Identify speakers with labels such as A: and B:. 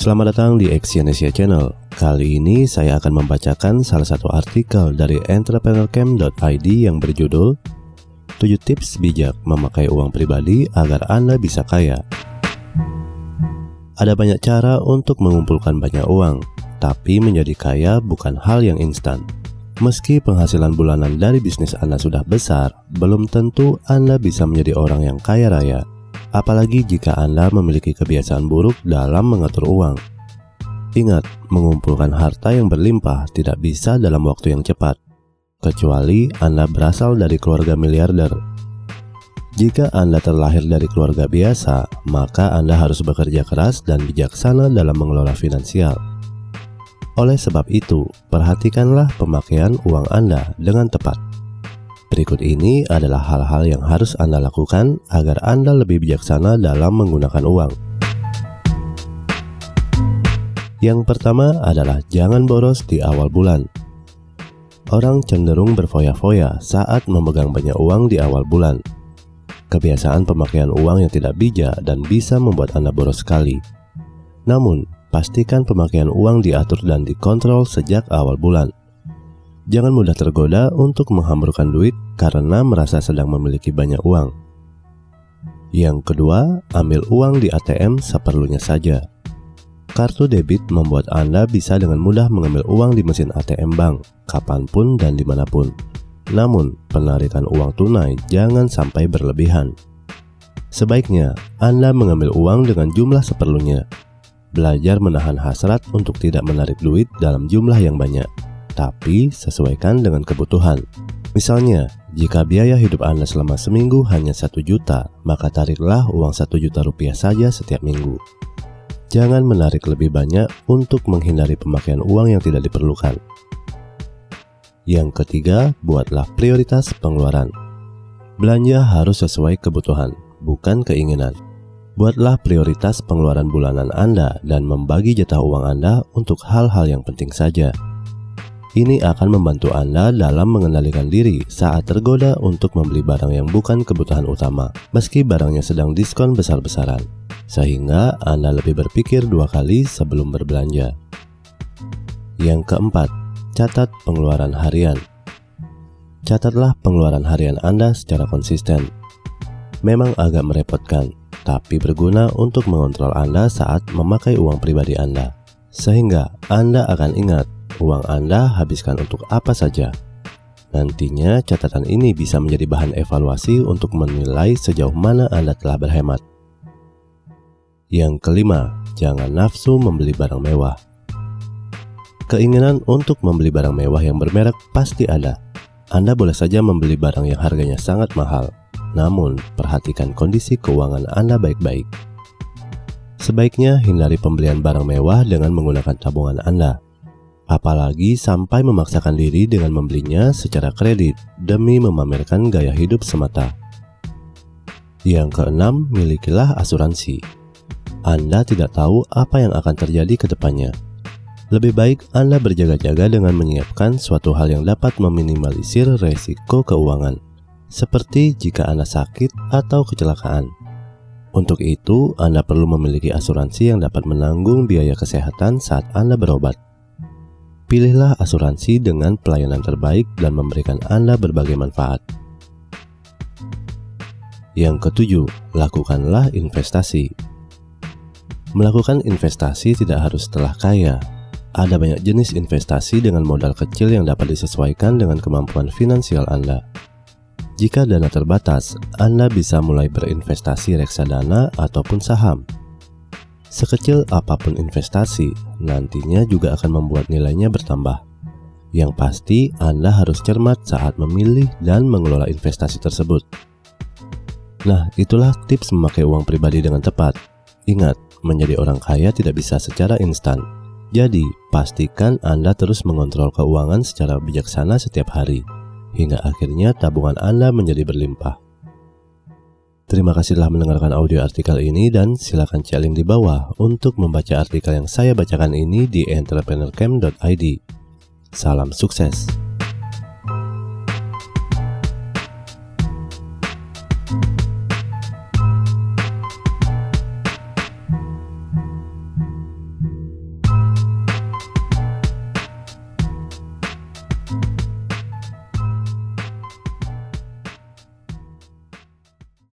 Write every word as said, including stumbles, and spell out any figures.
A: Selamat datang di Exyonesia Channel. Kali ini saya akan membacakan salah satu artikel dari entrepreneur camp dot i d yang berjudul tujuh tips bijak memakai uang pribadi agar Anda bisa kaya. Ada banyak cara untuk mengumpulkan banyak uang, tapi menjadi kaya bukan hal yang instan. Meski penghasilan bulanan dari bisnis Anda sudah besar, belum tentu Anda bisa menjadi orang yang kaya raya. Apalagi jika Anda memiliki kebiasaan buruk dalam mengatur uang. Ingat, mengumpulkan harta yang berlimpah tidak bisa dalam waktu yang cepat, kecuali Anda berasal dari keluarga miliarder. Jika Anda terlahir dari keluarga biasa, maka Anda harus bekerja keras dan bijaksana dalam mengelola finansial. Oleh sebab itu, perhatikanlah pemakaian uang Anda dengan tepat. Berikut ini adalah hal-hal yang harus Anda lakukan agar Anda lebih bijaksana dalam menggunakan uang. Yang pertama adalah jangan boros di awal bulan. Orang cenderung berfoya-foya saat memegang banyak uang di awal bulan. Kebiasaan pemakaian uang yang tidak bijak dan bisa membuat Anda boros sekali. Namun, pastikan pemakaian uang diatur dan dikontrol sejak awal bulan. Jangan mudah tergoda untuk menghamburkan duit karena merasa sedang memiliki banyak uang. Yang kedua, ambil uang di A T M seperlunya saja. Kartu debit membuat Anda bisa dengan mudah mengambil uang di mesin A T M bank, kapanpun dan dimanapun. Namun, penarikan uang tunai jangan sampai berlebihan. Sebaiknya, Anda mengambil uang dengan jumlah seperlunya. Belajar menahan hasrat untuk tidak menarik duit dalam jumlah yang banyak, tapi sesuaikan dengan kebutuhan. Misalnya, jika biaya hidup Anda selama seminggu hanya satu juta, maka tariklah uang satu juta rupiah saja setiap minggu. Jangan menarik lebih banyak untuk menghindari pemakaian uang yang tidak diperlukan. Yang ketiga, buatlah prioritas pengeluaran. Belanja harus sesuai kebutuhan, bukan keinginan. Buatlah prioritas pengeluaran bulanan Anda dan membagi jatah uang Anda untuk hal-hal yang penting saja. Ini akan membantu Anda dalam mengendalikan diri saat tergoda untuk membeli barang yang bukan kebutuhan utama, meski barangnya sedang diskon besar-besaran, sehingga Anda lebih berpikir dua kali sebelum berbelanja. Yang keempat, catat pengeluaran harian. Catatlah pengeluaran harian Anda secara konsisten. Memang agak merepotkan, tapi berguna untuk mengontrol Anda saat memakai uang pribadi Anda, sehingga Anda akan ingat uang Anda habiskan untuk apa saja. Nantinya catatan ini bisa menjadi bahan evaluasi untuk menilai sejauh mana Anda telah berhemat. Yang kelima, jangan nafsu membeli barang mewah. Keinginan untuk membeli barang mewah yang bermerek pasti ada. Anda boleh saja membeli barang yang harganya sangat mahal, namun perhatikan kondisi keuangan Anda baik-baik. Sebaiknya hindari pembelian barang mewah dengan menggunakan tabungan Anda, apalagi sampai memaksakan diri dengan membelinya secara kredit demi memamerkan gaya hidup semata. Yang keenam, milikilah asuransi. Anda tidak tahu apa yang akan terjadi ke depannya. Lebih baik Anda berjaga-jaga dengan menyiapkan suatu hal yang dapat meminimalisir resiko keuangan, seperti jika Anda sakit atau kecelakaan. Untuk itu, Anda perlu memiliki asuransi yang dapat menanggung biaya kesehatan saat Anda berobat. Pilihlah asuransi dengan pelayanan terbaik dan memberikan Anda berbagai manfaat. Yang ketujuh, lakukanlah investasi. Melakukan investasi tidak harus setelah kaya. Ada banyak jenis investasi dengan modal kecil yang dapat disesuaikan dengan kemampuan finansial Anda. Jika dana terbatas, Anda bisa mulai berinvestasi reksadana ataupun saham. Sekecil apapun investasi, nantinya juga akan membuat nilainya bertambah. Yang pasti, Anda harus cermat saat memilih dan mengelola investasi tersebut. Nah, itulah tips memakai uang pribadi dengan tepat. Ingat, menjadi orang kaya tidak bisa secara instan. Jadi, pastikan Anda terus mengontrol keuangan secara bijaksana setiap hari, hingga akhirnya tabungan Anda menjadi berlimpah. Terima kasih telah mendengarkan audio artikel ini dan silakan cek link di bawah untuk membaca artikel yang saya bacakan ini di entrepreneur camp dot i d. Salam sukses.